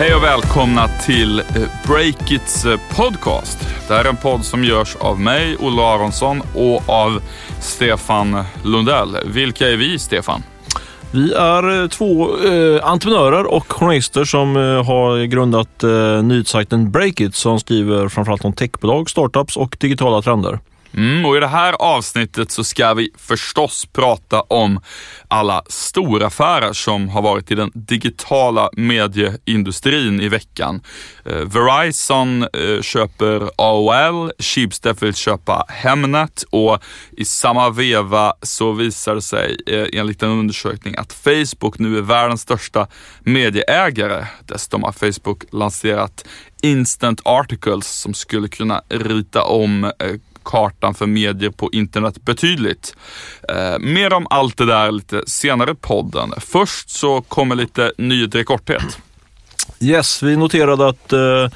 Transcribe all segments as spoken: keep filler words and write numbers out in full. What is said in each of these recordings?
Hej och välkomna till Breakits podcast. Det här är en podd som görs av mig, Olle Aronsson, och av Stefan Lundell. Vilka är vi, Stefan? Vi är två eh, entreprenörer och journalister som eh, har grundat eh, nyhetssajten Breakit, som skriver framförallt om techbolag, startups och digitala trender. Mm, och i det här avsnittet så ska vi förstås prata om alla stora affärer som har varit i den digitala medieindustrin i veckan. Eh, Verizon eh, köper A O L, Schibsted vill köpa Hemnet, och i samma veva så visar det sig eh, enligt en undersökning att Facebook nu är världens största medieägare. Dessutom har Facebook lanserat Instant Articles som skulle kunna rita om eh, kartan för medier på internet betydligt. Eh, mer om allt det där lite senare i podden. Först så kommer lite nyheter i korthet. Yes, vi noterade att eh,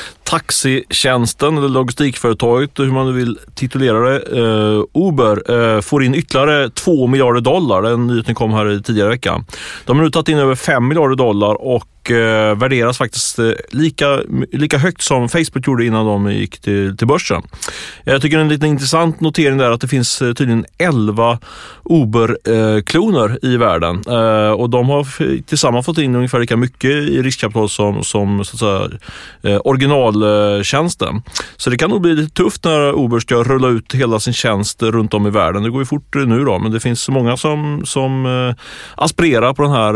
taxitjänsten eller logistikföretaget, hur man nu vill titulera det, eh, Uber, eh, får in ytterligare två miljarder dollar. Den nyheten kom här i tidigare veckan. De har nu tagit in över fem miljarder dollar och eh, värderas faktiskt eh, lika, lika högt som Facebook gjorde innan de gick till, till börsen. Jag tycker det är en lite intressant notering där att det finns eh, tydligen elva Uber-kloner eh, i världen. Eh, och de har f- tillsammans fått in ungefär lika mycket i riskkapital som, som så att säga, eh, originaltjänsten. Så det kan nog bli lite tufft när Uber ska rulla ut hela sin tjänst runt om i världen. Det går ju fort nu då, men det finns många som, som eh, aspirerar på den här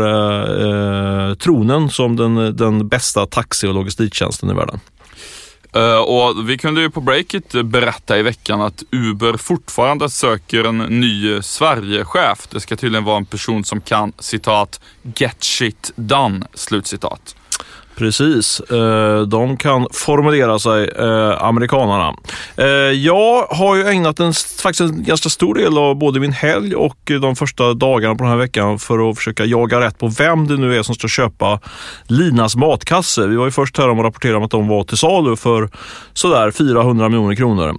eh, tronen som den, den bästa taxi- och logistiktjänsten i världen. Uh, och vi kunde ju på Breakit berätta i veckan att Uber fortfarande söker en ny Sverigechef. Det ska tydligen vara en person som kan, citat, get shit done, slutcitat. Precis, de kan formulera sig, amerikanerna. Jag har ju ägnat en, faktiskt en ganska stor del av både min helg och de första dagarna på den här veckan för att försöka jaga rätt på vem det nu är som ska köpa Linas matkasse. Vi var ju först här om att rapportera om att de var till salu för sådär fyrahundra miljoner kronor.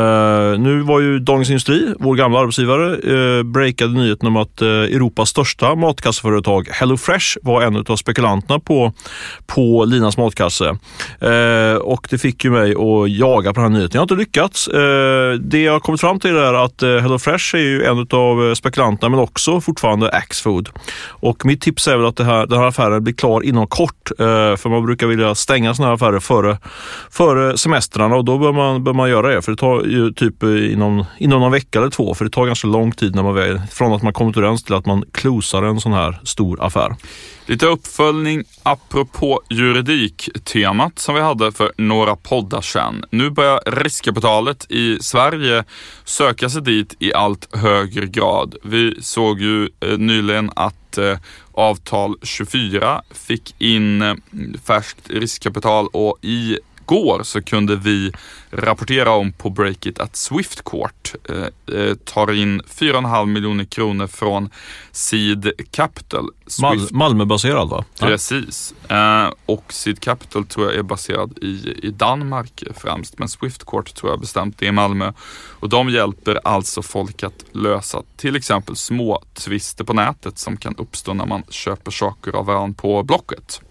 Nu var ju Dagens Industri, vår gamla arbetsgivare, breakade nyheten om att Europas största matkasseföretag HelloFresh var en av spekulanterna på, på Linas matkasse. Eh, och det fick ju mig att jaga på den här nyheten. Jag har inte lyckats. Eh, det jag har kommit fram till är att eh, HelloFresh är ju en av spekulanterna, men också fortfarande Axfood. Och mitt tips är väl att det här, den här affären blir klar inom kort. Eh, för man brukar vilja stänga såna här affärer före, före semestrarna, och då bör man, bör man göra det. För det tar ju typ inom, inom någon vecka eller två. För det tar ganska lång tid när man väl, från att man kommer till överens till att man closar en sån här stor affär. Lite uppföljning apropå juridiktemat som vi hade för några poddar sedan. Nu börjar riskkapitalet i Sverige söka sig dit i allt högre grad. Vi såg ju eh, nyligen att eh, avtal tjugofyra fick in eh, färskt riskkapital, och i går så kunde vi rapportera om på Breakit att Swiftcourt eh, tar in fyra komma fem miljoner kronor från Seed Capital. Mal- Malmö-baserad, va? Precis. Eh, och Seed Capital tror jag är baserad i, i Danmark främst, men Swiftcourt tror jag bestämt är i Malmö. Och de hjälper alltså folk att lösa till exempel små tvister på nätet som kan uppstå när man köper saker av varandra på Blocket.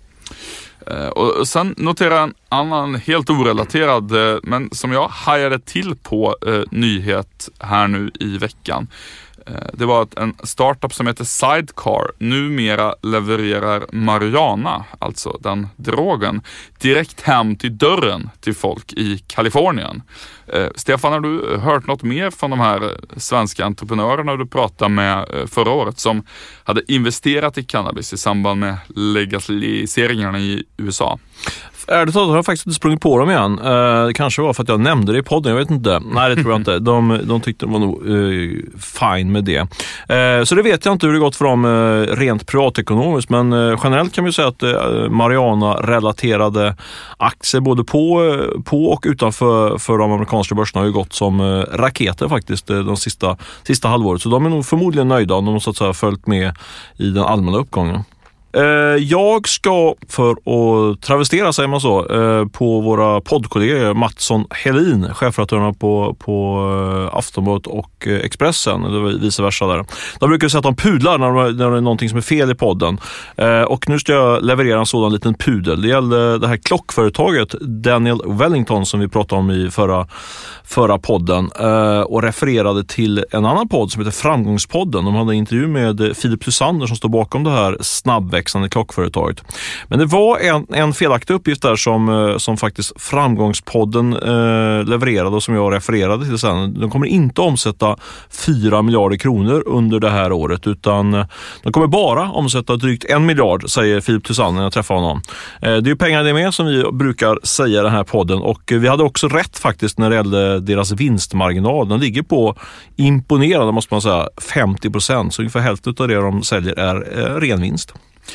Uh, och sen noterar jag en annan helt orelaterad uh, men som jag hajade till på uh, nyhet här nu i veckan. Uh, det var att en startup som heter Sidecar numera levererar marijuana, alltså den drogen, direkt hem till dörren till folk i Kalifornien. Uh, Stefan, har du hört något mer från de här svenska entreprenörerna du pratade med uh, förra året som hade investerat i cannabis i samband med legaliseringarna i U S A? Ärligt talat har jag faktiskt inte sprungit på dem igen. Eh, det kanske var för att jag nämnde det i podden, jag vet inte. Nej, det tror jag inte. De, de tyckte de var nog eh, fine med det. Eh, så det vet jag inte hur det gått för dem eh, rent privatekonomiskt. Men eh, generellt kan vi säga att eh, marijuana-relaterade aktier både på, eh, på och utanför för de amerikanska börserna har ju gått som eh, raketer faktiskt eh, de sista, sista halvåret. Så de är nog förmodligen nöjda om de så att säga följt med i den allmänna uppgången. Jag ska, för att travestera säger man så, på våra poddkollegor Mattsson Helin, chefredaktörerna på, på Aftonbladet och Expressen, eller vice versa där. De brukar säga att de pudlar när, de, när det är någonting som är fel i podden. Och nu ska jag leverera en sådan liten pudel. Det gäller det här klockföretaget Daniel Wellington som vi pratade om i förra, förra podden och refererade till en annan podd som heter Framgångspodden. De hade en intervju med Filip Susander som står bakom det här snabbväxande klockföretaget. Men det var en, en felaktig uppgift där som, som faktiskt Framgångspodden eh, levererade och som jag refererade till sen. De kommer inte omsätta fyra miljarder kronor under det här året utan de kommer bara omsätta drygt en miljard, säger Filip Susander när jag träffar honom. Eh, det är ju pengar det med som vi brukar säga i den här podden och vi hade också rätt faktiskt när det gällde deras vinstmarginal. Den ligger på imponerande måste man säga femtio procent, så ungefär hälften av det de säljer är eh, ren vinst.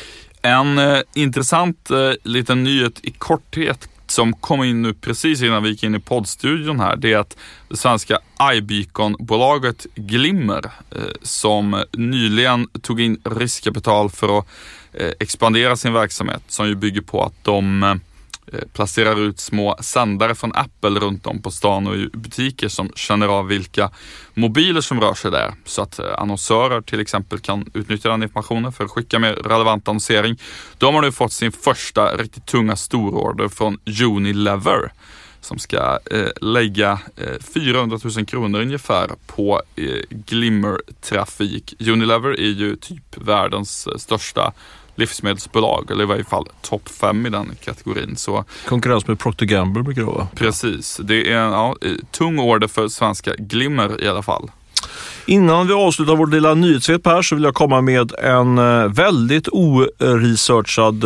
En eh, intressant eh, liten nyhet i korthet som kom in nu precis innan vi gick in i poddstudion här, det är att det svenska iBeacon-bolaget Glimmer eh, som nyligen tog in riskkapital för att eh, expandera sin verksamhet, som ju bygger på att de eh, placerar ut små sändare från Apple runt om på stan och i butiker som känner av vilka mobiler som rör sig där, så att annonsörer till exempel kan utnyttja den informationen för att skicka mer relevant annonsering. De har nu fått sin första riktigt tunga stororder från Unilever som ska eh, lägga eh, fyrahundratusen kronor ungefär på eh, Glimmer-trafik. Unilever är ju typ världens eh, största livsmedelsbolag, eller i varje fall topp fem i den kategorin. Så konkurrens med Procter and Gamble brukar det vara. Precis, det är en ja, tung order för svenska Glimmer i alla fall. Innan vi avslutar vår lilla nyhetssvep här så vill jag komma med en väldigt oresearchad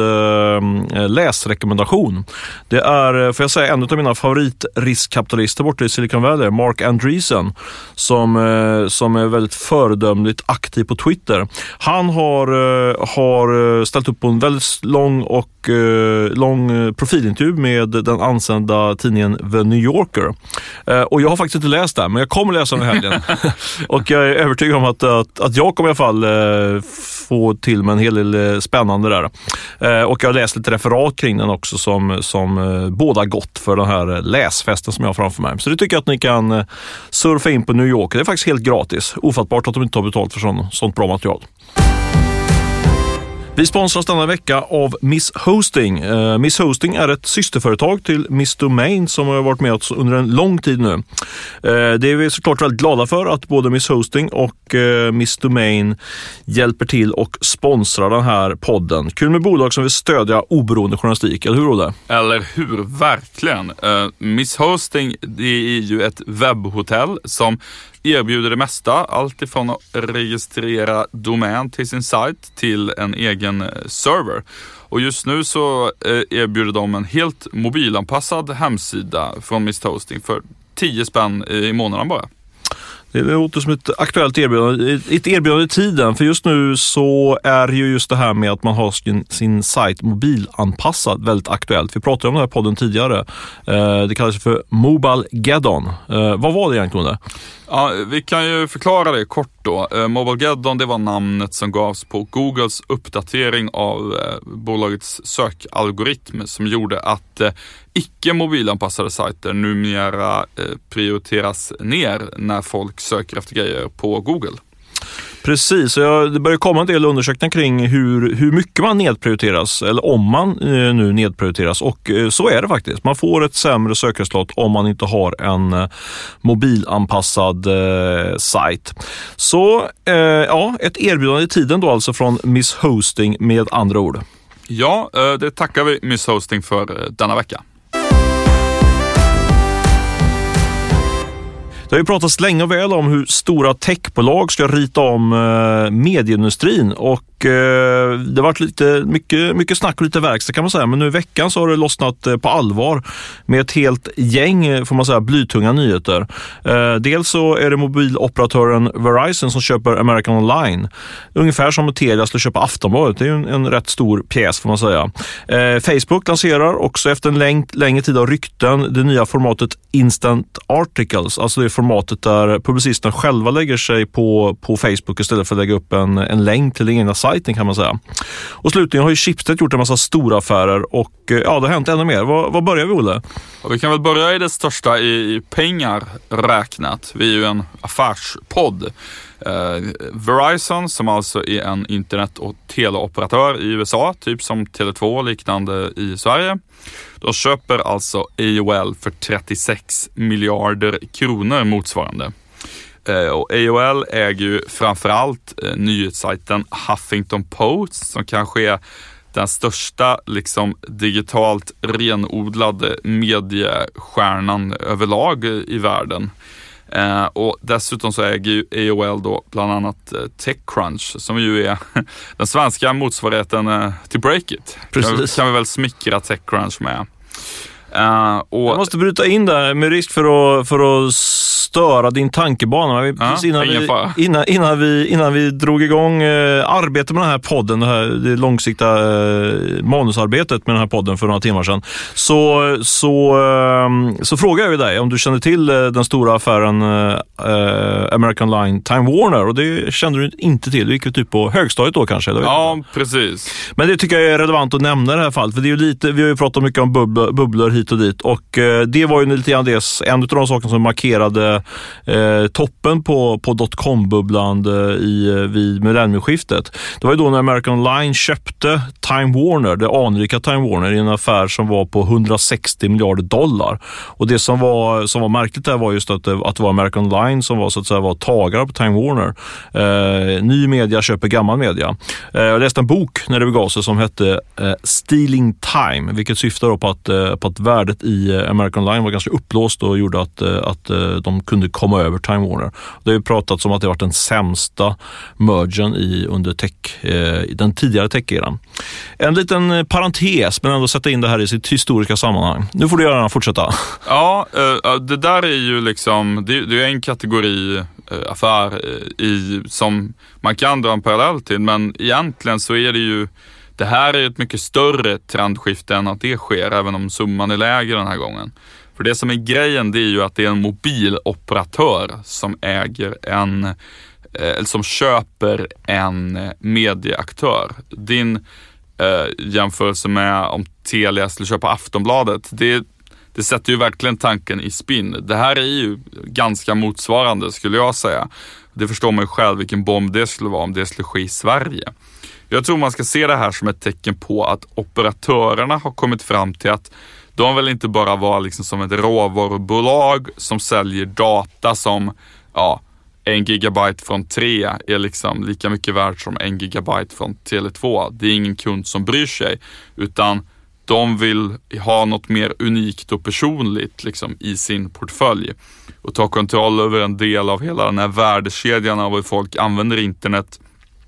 läsrekommendation. Det är, får jag säga, en av mina favoritriskapitalister borta i Silicon Valley, Mark Andreessen, som, som är väldigt föredömligt aktiv på Twitter. Han har, har ställt upp på en väldigt lång och lång profilintervju med den ansända tidningen The New Yorker. Och jag har faktiskt inte läst det, men jag kommer läsa den här helgen. Och jag är övertygad om att, att, att jag kommer i alla fall eh, få till med en hel del spännande där. Eh, och jag har läst lite referat kring den också som, som eh, båda gott för den här läsfesten som jag har framför mig. Så det tycker jag att ni kan eh, surfa in på New York. Det är faktiskt helt gratis. Ofattbart att de inte tar betalt för sån, sånt bra material. Vi sponsras denna vecka av Miss Hosting. Uh, Miss Hosting är ett systerföretag till Miss Domain som har varit med oss under en lång tid nu. Uh, det är vi såklart väldigt glada för att både Miss Hosting och uh, Miss Domain hjälper till och sponsrar den här podden. Kul med bolag som vill stödja oberoende journalistik, eller hur Olle? Eller hur, verkligen. Uh, Miss Hosting, det är ju ett webbhotell som erbjuder det mesta, allt ifrån att registrera domän till sin sajt till en egen server. Och just nu så erbjuder de en helt mobilanpassad hemsida från Miss Hosting för tio spänn i månaden bara. Det låter som ett aktuellt erbjudande, ett erbjudande i tiden, för just nu så är ju just det här med att man har sin, sin sajt mobilanpassad väldigt aktuellt. Vi pratade om den här podden tidigare. Det kallas för Mobilegeddon. Vad var det egentligen det? Ja, vi kan ju förklara det kort då. Mobilegeddon, det var namnet som gavs på Googles uppdatering av bolagets sökalgoritm som gjorde att icke mobilanpassade sajter numera prioriteras ner när folk söker efter grejer på Google. Precis, det börjar komma en del undersökningar kring hur, hur mycket man nedprioriteras, eller om man eh, nu nedprioriteras, och eh, så är det faktiskt. Man får ett sämre sökresultat om man inte har en eh, mobilanpassad eh, sajt. Så eh, ja, ett erbjudande i tiden då alltså från Miss Hosting med andra ord. Ja, eh, det tackar vi Miss Hosting för eh, denna vecka. Det har ju pratats länge och väl om hur stora techbolag ska rita om eh, medieindustrin, och eh, det har varit lite, mycket, mycket snack och lite verkstad kan man säga, men nu i veckan så har det lossnat eh, på allvar med ett helt gäng, får man säga, blytunga nyheter. Eh, dels så är det mobiloperatören Verizon som köper American Online, ungefär som Telia skulle köpa Aftonbladet. Det är ju en, en rätt stor pjäs får man säga. Eh, Facebook lanserar också efter en läng, längre tid av rykten det nya formatet instant articles, alltså det formatet där publicisterna själva lägger sig på, på Facebook istället för att lägga upp en, en länk till den egna sajten, kan man säga. Och slutligen har ju Schibsted gjort en massa stora affärer och ja, det har hänt ännu mer. Vad, vad börjar vi, Olle? Och vi kan väl börja i det största i, i pengar räknat. Vi är ju en affärspodd. Eh, Verizon, som alltså är en internet- och teleoperatör i U S A, typ som Tele två liknande i Sverige. De köper alltså A O L för trettiosex miljarder kronor motsvarande. Eh, och A O L äger ju framförallt eh, nyhetssajten Huffington Post, som kanske är den största liksom digitalt renodlade mediestjärnan överlag i världen. Eh, och dessutom så äger ju A O L då bland annat eh, TechCrunch, som ju är den svenska motsvarigheten eh, till Breakit. Precis. Kan vi väl smickra TechCrunch med. Uh, och jag måste bryta in där med risk för att, för att störa din tankebana. Vi, ja, innan, vi, innan, innan, vi, innan vi drog igång eh, arbetet med den här podden, det, här, det långsiktiga eh, manusarbetet med den här podden för några timmar sedan, så, så, eh, så frågade jag dig om du kände till eh, den stora affären eh, American Line Time Warner, och det kände du inte till. Du gick ju typ på högstadiet då kanske? Eller? Ja, precis. Men det tycker jag är relevant att nämna i det här fallet, för det är ju lite, vi har ju pratat mycket om bubblor, bubblor hit och dit, och eh, det var ju lite grann det, en av de sakerna som markerade eh, toppen på, på dotcom-bubblan eh, i, vid millennieskiftet. Det var ju då när American Line köpte Time Warner, det anrika Time Warner, i en affär som var på hundrasextio miljarder dollar. Och det som var, som var märkligt där var just att, att det var American Line som var så att säga var tagare på Time Warner. Eh, ny media köper gammal media. Eh, jag läste en bok när det begav sig som hette eh, Stealing Time, vilket syftar då på att, eh, på att värdet i American Line var ganska upplåst och gjorde att, att de kunde komma över Time Warner. Det har ju pratats om att det har varit den sämsta mergen i, under tech, i den tidigare tech-eran. En liten parentes, men ändå sätta in det här i sitt historiska sammanhang. Nu får du gärna fortsätta. Ja, det där är ju liksom, det är en kategori affär i, som man kan dra en parallell till, men egentligen så är det ju, det här är ett mycket större trendskifte än att det sker, även om summan är lägre den här gången. För det som är grejen, det är ju att det är en mobiloperatör som äger en, eller som köper en medieaktör. Din eh, jämförelse med om Telia skulle köpa Aftonbladet, det, det sätter ju verkligen tanken i spinn. Det här är ju ganska motsvarande, skulle jag säga. Det förstår man ju själv vilken bomb det skulle vara om det skulle ske i Sverige. Jag tror man ska se det här som ett tecken på att operatörerna har kommit fram till att de vill inte bara vara liksom som ett råvarubolag som säljer data som, ja, en gigabyte från tre är liksom lika mycket värt som en gigabyte från Tele två. Det är ingen kund som bryr sig, utan de vill ha något mer unikt och personligt liksom i sin portfölj och ta kontroll över en del av hela den här värdekedjan av hur folk använder internet,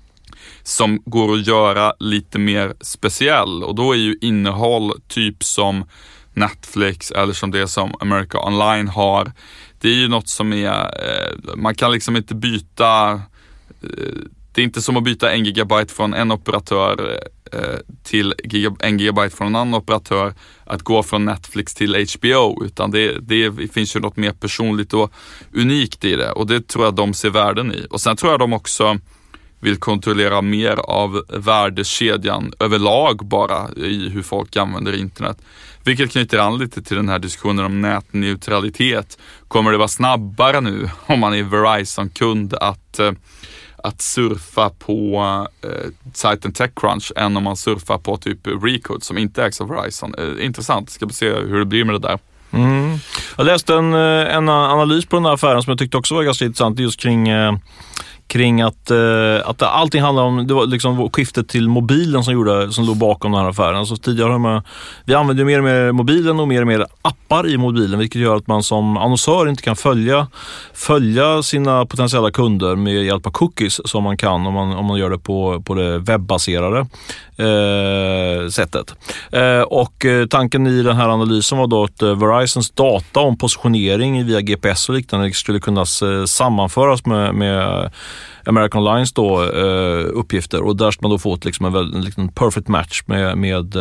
som går att göra lite mer speciell. Och då är ju innehåll typ som Netflix eller som det som America Online har, det är ju något som är, eh, man kan liksom inte byta, eh, det är inte som att byta en gigabyte från en operatör eh, till giga, en gigabyte från en annan operatör, att gå från Netflix till H B O, utan det, det finns ju något mer personligt och unikt i det, och det tror jag de ser värden i. Och sen tror jag de också vill kontrollera mer av värdekedjan överlag bara i hur folk använder internet. Vilket knyter an lite till den här diskussionen om nätneutralitet. Kommer det vara snabbare nu om man är Verizon-kund att, att surfa på eh, sajten TechCrunch än om man surfar på typ Recode som inte ägs av Verizon? Eh, intressant, ska vi se hur det blir med det där. Mm. Jag läste en, en analys på den här affären som jag tyckte också var ganska intressant, just kring eh, kring att, eh, att allting handlar om, det var liksom skiftet till mobilen som, gjorde, som låg bakom den här affären. Alltså tidigare har man, vi använder mer och mer mobilen och mer och mer appar i mobilen, vilket gör att man som annonsör inte kan följa, följa sina potentiella kunder med hjälp av cookies som man kan om man, om man gör det på, på det webbaserade. eh, sättet. Eh, och eh, tanken i den här analysen var då att eh, Verizons data om positionering via G P S och liknande skulle kunna eh, sammanföras med, med American Online's då, eh, uppgifter, och där ska man då få ett, liksom, en, en, en liksom perfect match med, med,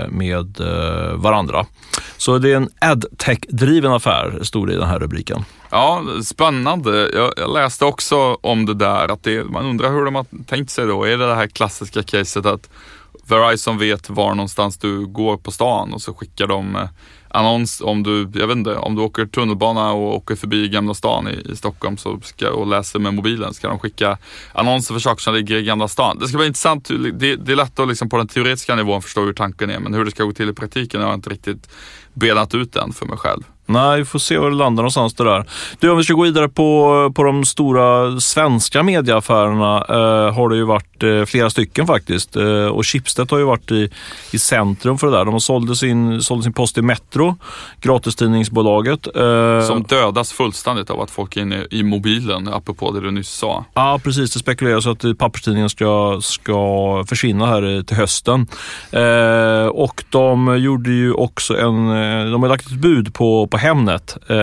med eh, varandra. Så det är en ad-tech-driven affär, stod det i den här rubriken. Ja, spännande. Jag, jag läste också om det där, att det, man undrar hur de har tänkt sig då. Är det det här klassiska caset att Verizon vet var någonstans du går på stan och så skickar de eh, annons om du, jag vet inte, om du åker tunnelbana och åker förbi Gamla stan i, i Stockholm så ska, och läser med mobilen, ska de skicka annonser för saker som ligger i Gamla stan. Det ska vara intressant, det, det är lätt att liksom på den teoretiska nivån förstå hur tanken är, men hur det ska gå till i praktiken har jag inte riktigt benat ut den för mig själv. Nej, vi får se var det landar någonstans det där. Du, om vi ska gå vidare på, på de stora svenska medieaffärerna eh, har det ju varit eh, flera stycken faktiskt. Eh, och Schibsted har ju varit i, i centrum för det där. De har sålde sin, sålde sin post i Metro, gratistidningsbolaget. Eh, Som dödas fullständigt av att folk är inne i mobilen, apropå det du nyss sa. Ja, precis. Det spekuleras att papperstidningen ska, ska försvinna här till hösten. Eh, och de gjorde ju också en... De har lagt ett bud på, på Hemnet. Eh,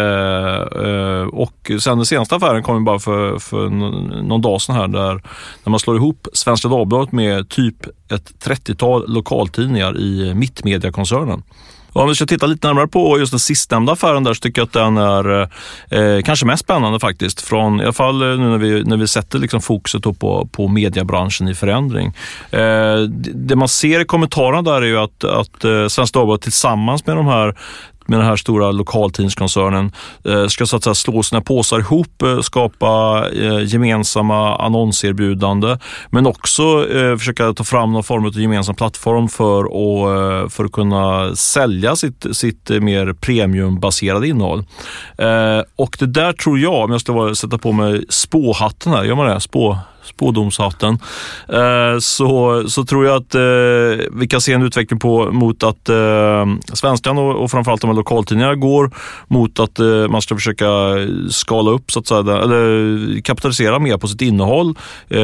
eh, och sen den senaste affären kom ju bara för, för någon dag sedan här, där när man slår ihop Svenska Dagbladet med typ ett trettiotal lokaltidningar i Mittmediakoncernen. Och om vi ska titta lite närmare på just den sistnämnda affären där, så tycker jag att den är eh, kanske mest spännande faktiskt. Från, i alla fall nu när vi, när vi sätter liksom fokuset på, på mediebranschen i förändring. Eh, det, det man ser i kommentarerna där är ju att, att eh, Svenska Dagbladet tillsammans med de här med den här stora lokaltidningskoncernen eh, ska så att säga slå sina påsar ihop, eh, skapa eh, gemensamma annonserbjudande, men också eh, försöka ta fram någon form av gemensam plattform för, och, eh, för att kunna sälja sitt, sitt mer premiumbaserade innehåll. Eh, och det där tror jag, om jag ska sätta på mig spåhatten här, gör man det? Spå... spådomshatten, eh, så, så tror jag att eh, vi kan se en utveckling på, mot att eh, svenskan och, och framförallt de här lokaltidningarna går mot att eh, man ska försöka skala upp så att säga, eller kapitalisera mer på sitt innehåll.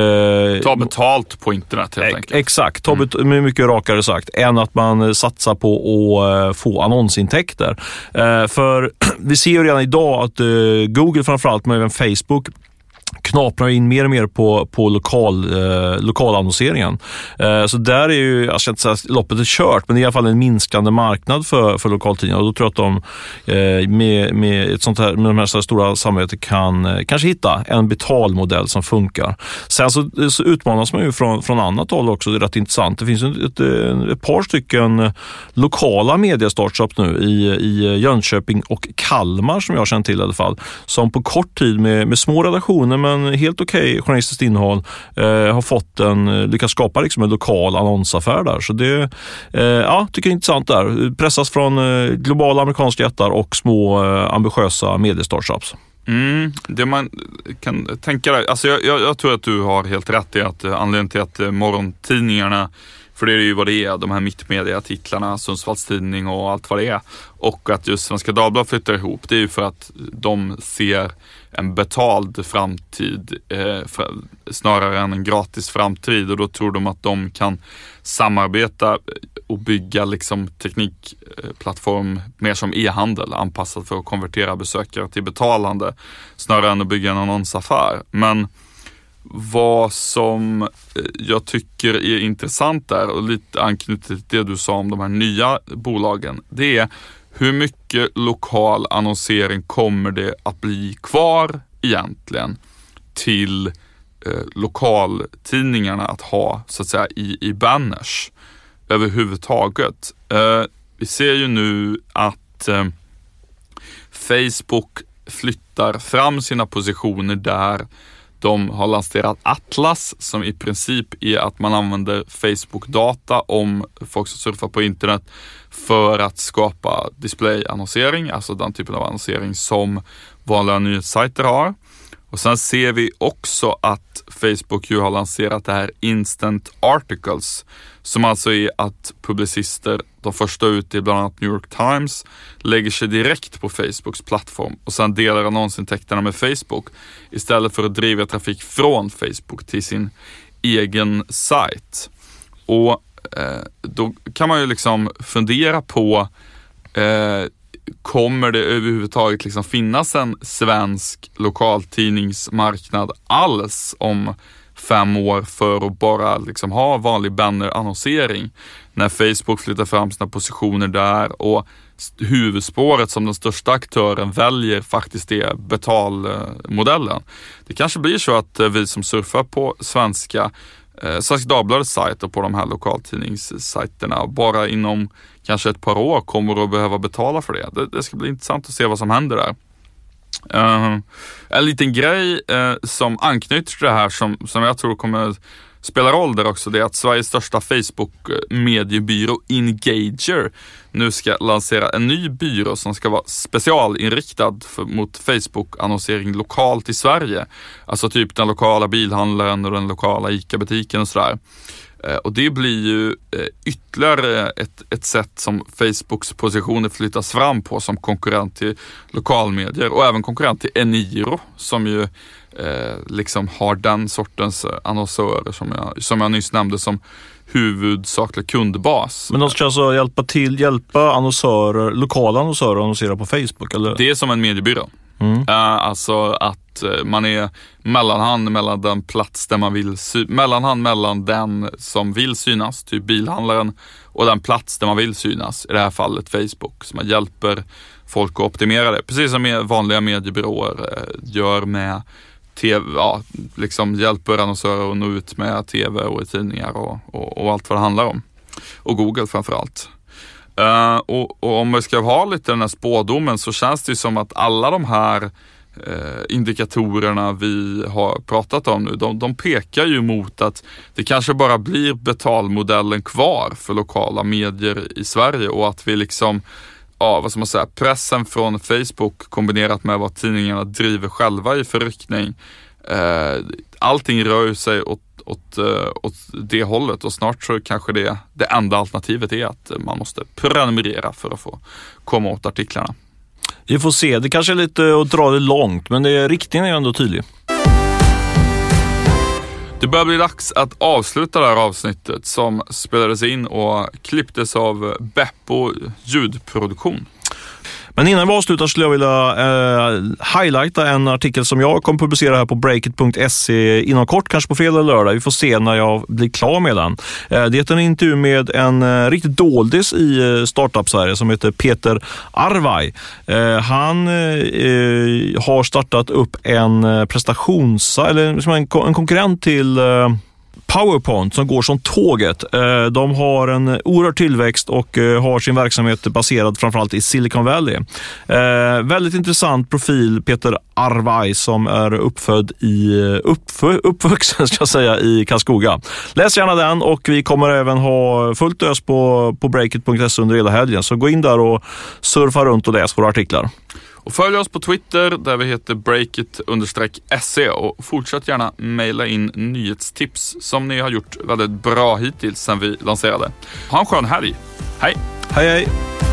Eh, ta betalt på internet helt ex- enkelt. Exakt, ta bet- mm. mycket rakare sagt, än att man satsar på att få annonsintäkter. Eh, för vi ser ju redan idag att eh, Google framförallt, men även Facebook, knaprar in mer och mer på, på lokal, eh, lokalannonseringen. Eh, så där är ju, jag ska inte säga att loppet är kört, men det är i alla fall en minskande marknad för, för lokaltidningar. Och då tror jag att de eh, med, med, ett sånt här, med de här så stora samarbeten kan eh, kanske hitta en betalmodell som funkar. Sen så, så utmanas man ju från, från annat håll också, det är rätt intressant. Det finns ett, ett, ett par stycken lokala mediestartups nu i, i Jönköping och Kalmar som jag känner till i alla fall, som på kort tid med, med små redaktioner men helt okej okay, journalistiskt innehåll eh, har fått en, lyckats skapa liksom en lokal annonsaffär där. Så det eh, ja, tycker jag är intressant där. Pressas från eh, globala amerikanska jättar och små eh, ambitiösa mediestartups. Mm, det man kan tänka där, alltså jag, jag, jag tror att du har helt rätt i att anledningen till att eh, morgontidningarna, för det är ju vad det är, de här mittmedia-titlarna, Sundsvalls tidning och allt vad det är, och att just Svenska Dagbladet flyttar ihop, det är ju för att de ser en betald framtid eh, för, snarare än en gratis framtid, och då tror de att de kan samarbeta och bygga liksom teknikplattform mer som e-handel, anpassad för att konvertera besökare till betalande snarare än att bygga en annonsaffär. Men vad som jag tycker är intressant där, och lite anknutet till det du sa om de här nya bolagen, det är hur mycket lokal annonsering kommer det att bli kvar egentligen till eh, lokaltidningarna att ha så att säga i, i banners överhuvudtaget. Eh, vi ser ju nu att eh, Facebook flyttar fram sina positioner där de har lanserat Atlas, som i princip är att man använder Facebook-data om folk som surfar på internet för att skapa display-annonsering, alltså den typen av annonsering som vanliga nyhetssajter har. Och sen ser vi också att Facebook ju har lanserat det här Instant Articles, som alltså är att publicister, de första ut i bland annat New York Times, lägger sig direkt på Facebooks plattform och sen delar annonsintäkterna med Facebook istället för att driva trafik från Facebook till sin egen sajt. Och eh, då kan man ju liksom fundera på eh, kommer det överhuvudtaget liksom finnas en svensk lokaltidningsmarknad alls om fem år för att bara liksom ha vanlig bannerannonsering när Facebook flyttar fram sina positioner där och huvudspåret som den största aktören väljer faktiskt är betalmodellen. Det kanske blir så att vi som surfar på svenska eh, Svenska Dagbladets sajt och på de här lokaltidningssajterna bara inom kanske ett par år kommer att behöva betala för det. Det, det ska bli intressant att se vad som händer där. Uh, en liten grej uh, som anknyter till det här som, som jag tror kommer spela roll där också, det är att Sveriges största Facebook-mediebyrå Engager nu ska lansera en ny byrå som ska vara specialinriktad för, mot Facebook-annonsering lokalt i Sverige. Alltså typ den lokala bilhandlaren och den lokala ICA-butiken och sådär. Och det blir ju ytterligare ett, ett sätt som Facebooks positioner flyttas fram på som konkurrent till lokalmedier och även konkurrent till Eniro som ju eh, liksom har den sortens annonsörer som jag, som jag nyss nämnde som huvudsaklig kundbas. Men de ska alltså hjälpa till, hjälpa annonsörer, lokala annonsörer att annonsera på Facebook? Eller? Det är som en mediebyrå. Mm. Uh, alltså att uh, man är mellanhand mellan den plats där man vill sy- mellanhand mellan den som vill synas, typ bilhandlaren, och den plats där man vill synas, i det här fallet Facebook, så man hjälper folk att optimera det, precis som med vanliga mediebyråer uh, gör med tv, ja, liksom hjälper annonsörer att nå ut med tv och i tidningar och, och, och allt vad det handlar om, och Google framförallt. Uh, och, och om vi ska ha lite den här spådomen så känns det ju som att alla de här uh, indikatorerna vi har pratat om nu, de, de pekar ju mot att det kanske bara blir betalmodellen kvar för lokala medier i Sverige och att vi liksom, ja, vad ska man säga, pressen från Facebook kombinerat med vad tidningarna driver själva i förryckning, uh, allting rör sig åt Åt, åt det hållet och snart så kanske det, det enda alternativet är att man måste prenumerera för att få komma åt artiklarna. Vi får se, det kanske är lite att dra det långt, men det, riktningen är ju ändå tydlig. Det börjar bli dags att avsluta det här avsnittet som spelades in och klipptes av Beppo ljudproduktion. Men innan vi avslutar skulle jag vilja eh, highlighta en artikel som jag kommer publicera här på breakit punkt se inom kort, kanske på fredag eller lördag. Vi får se när jag blir klar med den. Eh, det är en intervju med en eh, riktigt doldis i eh, Startup-Sverige som heter Peter Arvaj. Eh, han eh, har startat upp en eh, prestations... eller som en, en konkurrent till... Eh, PowerPoint som går som tåget. De har en oerhörd tillväxt och har sin verksamhet baserad framförallt i Silicon Valley. Väldigt intressant profil, Peter Arvaj, som är uppfödd i uppf- uppvuxen ska jag säga, i Karlskoga. Läs gärna den och vi kommer även ha fullt ös på, på breakit punkt se under hela helgen. Så gå in där och surfa runt och läs våra artiklar. Och följ oss på Twitter där vi heter breakit understreck se och fortsätt gärna mejla in nyhetstips som ni har gjort väldigt bra hittills sedan vi lanserade. Ha en skön helg. Hej! Hej hej!